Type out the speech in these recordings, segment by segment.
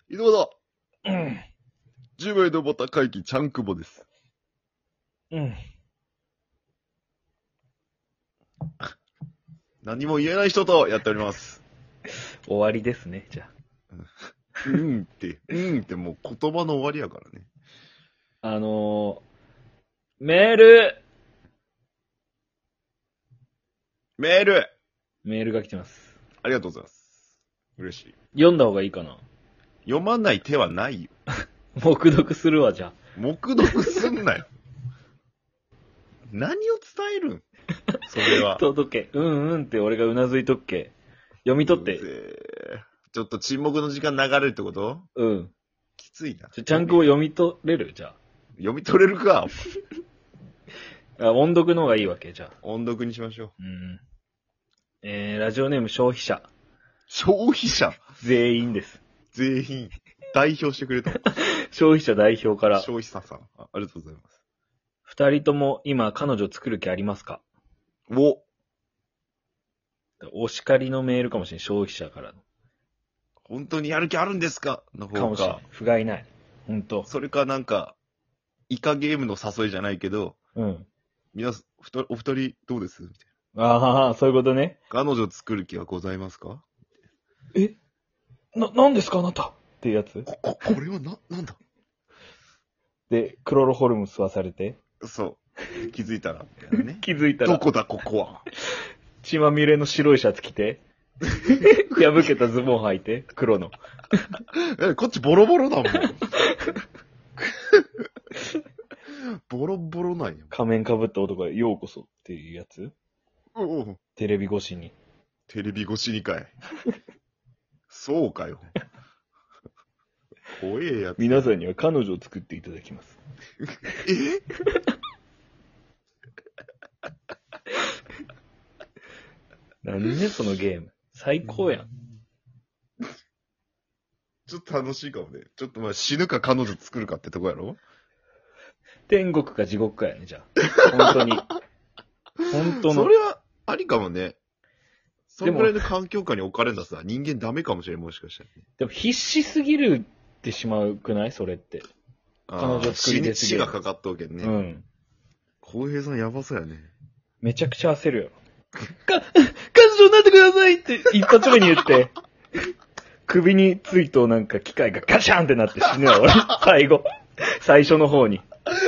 井戸だ。10枚登った会期、ちゃんくぼです。何も言えない人とやっております。 終わりですね、じゃってもう言葉の終わりやからね。 あ。メールが来てます。 ありがとうございます。嬉しい。 読んだ方がいいかな。 読まない手はないよ。 黙読するわ、じゃあ。 黙読すんなよ。何を伝えるんそれは。 届け。って俺がうなずいとっけ。読み取って。 ちょっと沈黙の時間流れるってこと？ うん。 きついな。 ちゃんこを読み取れる？じゃあ。 読み取れるか。 音読の方がいいわけ、じゃあ。 音読にしましょう。 ラジオネーム消費者。 消費者全員です。 全員。代表してくれた。 消費者代表から。 消費者さん。ありがとうございます。 二人とも今彼女作る気ありますか？お叱りのメールかもしれん、消費者からの。 本当にやる気あるんですかの方か。 かもしれん。不甲斐ない。本当。 それかなんか、イカゲームの誘いじゃないけど、 うん。 お二人どうですみたいああ、そういうことね。 な。彼女作る気はございますか？ なんですかあなたっていうやつこれはなんだで、クロロホルム吸わされて。 そう。気づいたら、みたいなね。 気づいたら。 どこだ、ここは。 血まみれの白いシャツ着て。破けたズボン履いて。黒の。 こっちボロボロだもん。ボロボロなんよ。 仮面かぶった男がようこそっていうやつテレビ越しに。 テレビ越しにかい。そうかよ。怖えやつ。 皆さんには彼女を作っていただきます。なんでそのゲーム。最高やん。 ちょっと楽しいかもね。ちょっとまあ死ぬか彼女作るかってとこやろ？ 天国か地獄かやね、じゃあ。本当に。本当の。 それはありかもね。そのぐらいの環境下に置かれんださ、人間ダメかもしれん、もしかしたら、ね。 でも必死すぎるってしまうくないそれって。彼女作りです死がかかっとうけんね。 うん。 浩平さんやばそうやね。 めちゃくちゃ焦るよ。彼女になってくださいって一発目に言って、首についとなんか機械がガシャンってなって死ぬよ、俺。最後。最初の方に。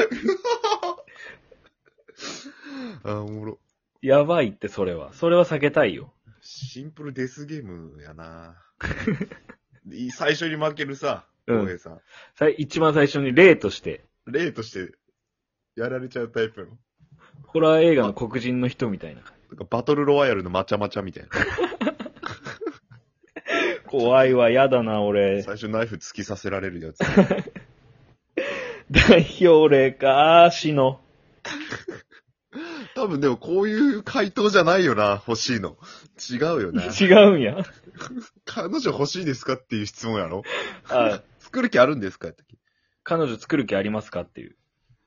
おもろ。 やばいって、それは。それは避けたいよ。 シンプルデスゲームやな。最初に負けるさ、浩平さん。 一番最初に例として。 例として、やられちゃうタイプの。 ホラー映画の黒人の人みたいな。 バトルロワイヤルのマチャマチャみたいな。 怖いわ、やだな、俺。 最初ナイフ突きさせられるやつ。 代表例か、死の。 多分でもこういう回答じゃないよな、欲しいの。違うよな。 違うんや。 彼女欲しいですかっていう質問やろ？ あ、 作る気あるんですかって。 彼女作る気ありますかっていう。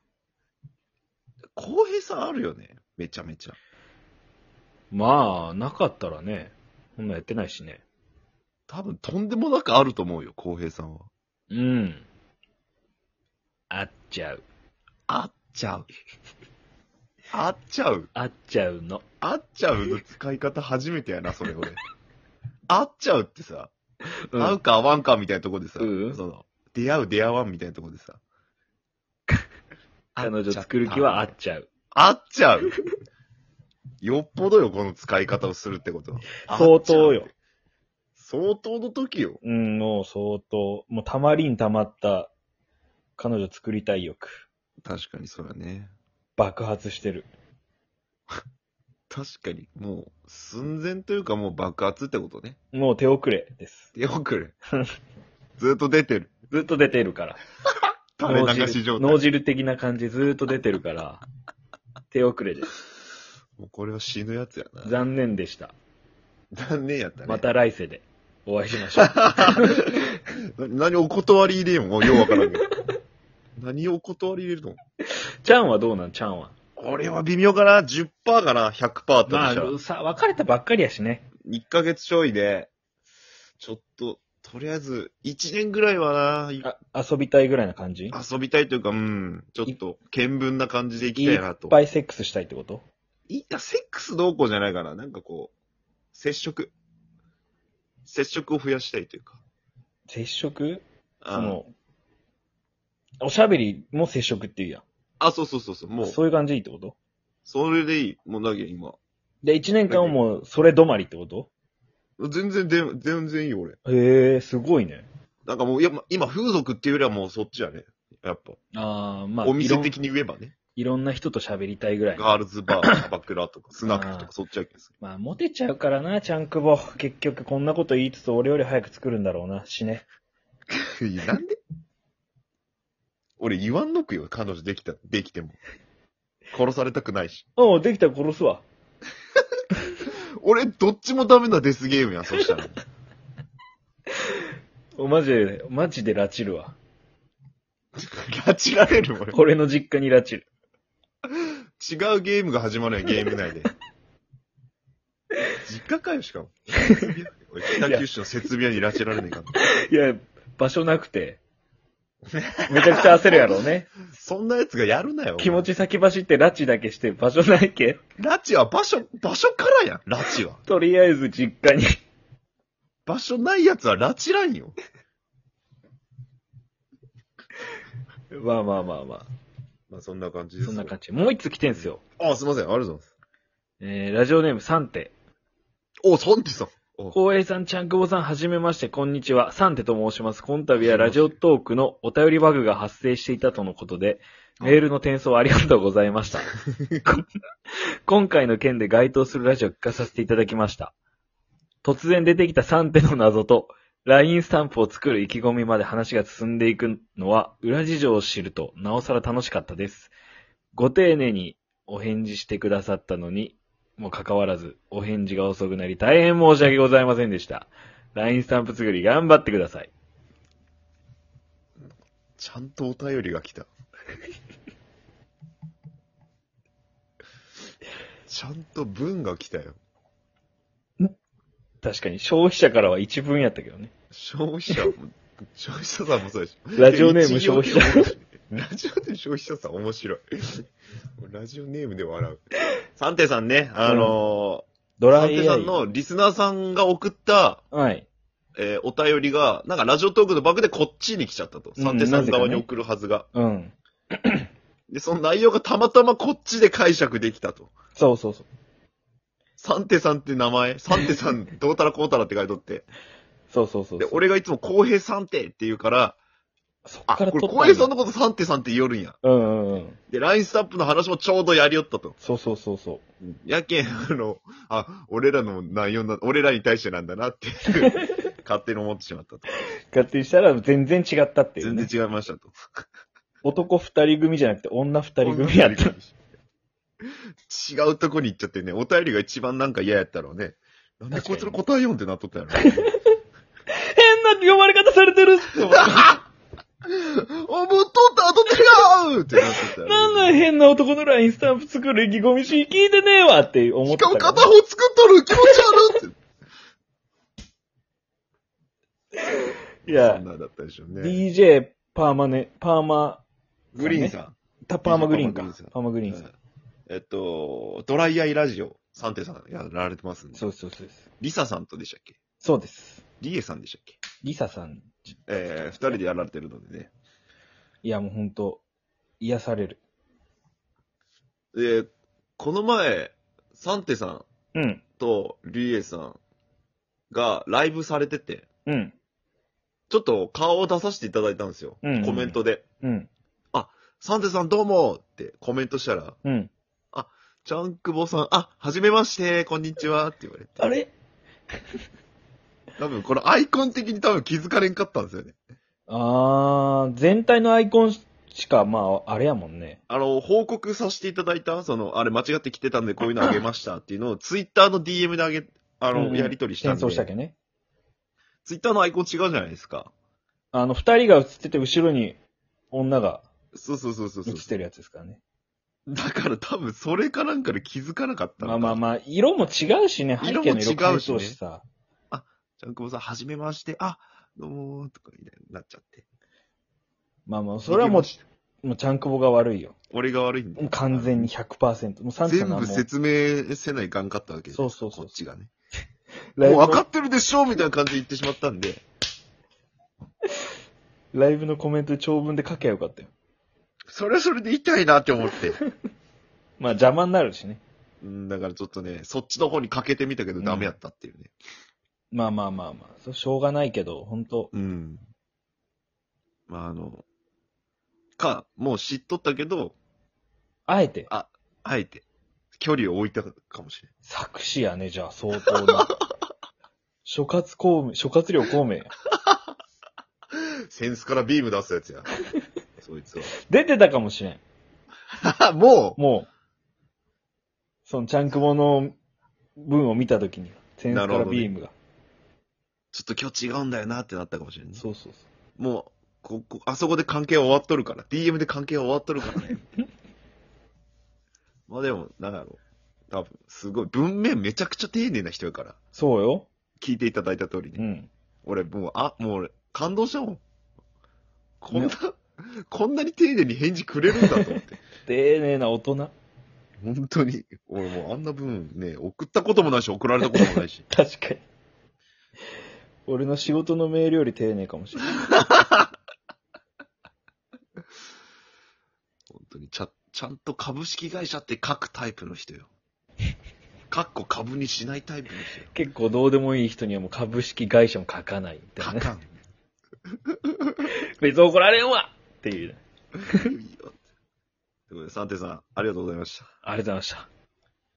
公平さあるよね。めちゃめちゃ。 まあ、なかったらね。そんなやってないしね。 多分とんでもなくあると思うよ、公平さんは。 うん。あっちゃう。 あっちゃう。あっちゃう。 あっちゃうの。 あっちゃうの使い方初めてやな、それ俺。あっちゃうってさ、 うん、 合うか合わんかみたいなとこでさ、 うん、 その、出会う出会わんみたいなとこでさ。 彼女作る気はあっちゃう。 あっちゃう。よっぽどよ、この使い方をするってことは。 相当よ。 相当の時よ。 うん、もう相当。もうたまりにたまった彼女作りたい欲。 確かにそうだね。 爆発してる。 確かに、もう、寸前というかもう爆発ってことね。 もう手遅れです。 手遅れ。ずっと出てる。 ずっと出てるから。 垂れ流し状態。 脳汁的な感じずっと出てるから、手遅れです。 もうこれは死ぬやつやな。 残念でした。 残念やったね。 また来世でお会いしましょう。 何お断り入れよんもうようわからんけど。何をお断り入れるの？ ちゃんはどうなんちゃんは。 俺は微妙かな ?10% かな ?100% あったとしたら。 まあ、別れたばっかりやしね。 1ヶ月ちょいで、ちょっととりあえず、1年ぐらいはな、 遊びたいぐらいな感じ？ 遊びたいというか、ちょっと、見聞な感じで行きたいなと。 いっぱいセックスしたいってこと？ いや、セックスどうこうじゃないかな。なんかこう、接触を増やしたいというか。 接触？ あおしゃべりも接触っていうやん。 そう。もう、 そういう感じでいいってこと？ それでいい。もうだけ今。 で、1年間はもう、それ止まりってこと？ 全然いいよ、俺。 へえ、すごいね。 なんかもう、いや、今、風俗っていうよりはもうそっちやね。やっぱ。 まあ、 お店的に言えばね。 いろんな人と喋りたいぐらい。 ガールズバー、バクラとか、スナックとか、そっちやけど。 まあ、モテちゃうからな、ちゃんくぼ。結局、こんなこと言いつつ、俺より早く作るんだろうな、死ね。 いやなんで俺言わんのくよ、彼女できても。殺されたくないし。 できたら殺すわ。 俺、どっちもダメなデスゲームやん、そしたら。 マジで拉致るわ。 拉致られる俺。 俺の実家に拉致る。 違うゲームが始まるやん、ゲーム内で。実家かよ、しかも。北九州の設備屋に拉致られねえかんの。 いや、場所なくて。めちゃくちゃ焦るやろうね。 そんな奴がやるなよ。 気持ち先走って拉致だけして場所ないけ。 拉致は場所からやん、拉致は。 とりあえず実家に。 場所ない奴は拉致らんよ。 まあ。 まあそんな感じです。 そんな感じ。もう一つ来てんすよ。 すいません、ありがとうございます。 ラジオネームサンテ。 サンテさん。 光栄さん、ちゃんくぼさん、はじめまして、こんにちは。サンテと申します。この度はラジオトークのお便りバグが発生していたとのことで、メールの転送ありがとうございました。今回の件で該当するラジオを聞かさせていただきました。突然出てきたサンテの謎と、LINE スタンプを作る意気込みまで話が進んでいくのは、裏事情を知ると、なおさら楽しかったです。ご丁寧にお返事してくださったのに、もかかわらず、お返事が遅くなり、大変申し訳ございませんでした。LINE スタンプ作り頑張ってください。 ちゃんとお便りが来た。ちゃんと文が来たよ。 確かに、消費者からは一文やったけどね。 消費者さんもそうでしょ。 ラジオネーム消費者。 ラジオネーム消費者さん面白い。ラジオネームで笑う。サンテさんね、 ドライサンテさんのリスナーさんが送った、 はい。 お便りが、なんかラジオトークのバグでこっちに来ちゃったと。サンテさん側に送るはずが。 うん。 で、その内容がたまたまこっちで解釈できたと。 そう。 サンテさんって名前、サンテさん、どうたらこうたらって書いとって。 そう。 で、俺がいつも公平サンテって言うから、 そっからこれ公平さんのことサンテさんって言おるんや。 うん。 で、ラインスタップの話もちょうどやりよったと。 そう。 やけん、俺らの内容俺らに対してなんだなって、勝手に思ってしまったと。 勝手にしたら全然違ったっていう、ね。 全然違いましたと。 男二人組じゃなくて女二人組やった。 違うとこに行っちゃってね、お便りが一番なんか嫌やったろうね。なんでこいつの答え読んってなっとったやろ。変な読まれ方されてるって思った。 もう取った後違うってなってたよ、ね。 なんなん変な男のラインスタンプ作る意気込みし聞いてねえわって思った、 しかも片方作っとる気持ち悪って。 いや、 そんなだったでしょうね。 DJ パーマ、 グリーンさん。 パーマグリーンか。パーマグリーンさん。 ドライアイラジオ、サンテさんやられてますんで。 そう。 リサさんとでしたっけ？ そうです。 リエさんでしたっけ？ リサさん。 二人でやられてるのでね。 いや、もうほんと、癒される。 で、この前、サンテさんとリエさんがライブされてて、ちょっと顔を出させていただいたんですよ。コメントで。サンテさんどうもってコメントしたら、ちゃんくぼさん、はじめまして、こんにちはって言われて。 あれ多分このアイコン的に多分気づかれんかったんですよね。 全体のアイコンしか、あれやもんね。 報告させていただいた、あれ間違ってきてたんでこういうのあげましたっていうのをツイッターの DM でやり取りしたんで。 転送したっけね。 ツイッターのアイコン違うじゃないですか。 二人が映ってて後ろに女が。 そう。映ってるやつですからね。 だから多分それかなんかで気づかなかったのか。 色も違うしね、背景の色変えそうしさ。 ちゃんくぼさん、はじめまして。 どうもーとかみたいになっちゃって。 まあまあ、それはもう、ちゃんくぼが悪いよ。 俺が悪いんだよ。 もう完全に 100%。もうサンタさんはもう全部説明せないかんかったわけです。 そうそうそう。 こっちがね。もう分かってるでしょみたいな感じで言ってしまったんで。 ライブのコメントで長文で書けばよかったよ。 それはそれで痛いなって思って。 まあ邪魔になるしね。 だからちょっとね、そっちの方にかけてみたけどダメやったっていうね。 まあまあまあまあ、そうしょうがないけど、本当まあもう知っとったけど、 あえて。 あえて、距離を置いたかもしれん。 作詞やね、じゃあ、相当な。諸葛亮孔明や。 センスからビーム出すやつや。そいつは。 出てたかもしれん。 もう、そのチャンクボの文を見たときに、センスからビームが。 ちょっと今日違うんだよなってなったかもしれんね。 そうそうそう。 もう、あそこで関係は終わっとるから。DM で関係は終わっとるからね。まあでも、なんだろう。多分、すごい、文面めちゃくちゃ丁寧な人やから。 そうよ。 聞いていただいた通りね。俺、もう俺、感動したもん。こんなに丁寧に返事くれるんだと思って。 丁寧な大人。 本当に。俺もうあんな文ね、送ったこともないし、送られたこともないし。 確かに。俺の仕事のメールより丁寧かもしれない。 本当にちゃんと株式会社って書くタイプの人よ。かっこ株にしないタイプの人よ。 結構どうでもいい人にはもう株式会社も書かないみたいな、ね。 書かん。 別に怒られんわっていう。 いいよ。ということで、サンテさん、ありがとうございました。 ありがとうございました。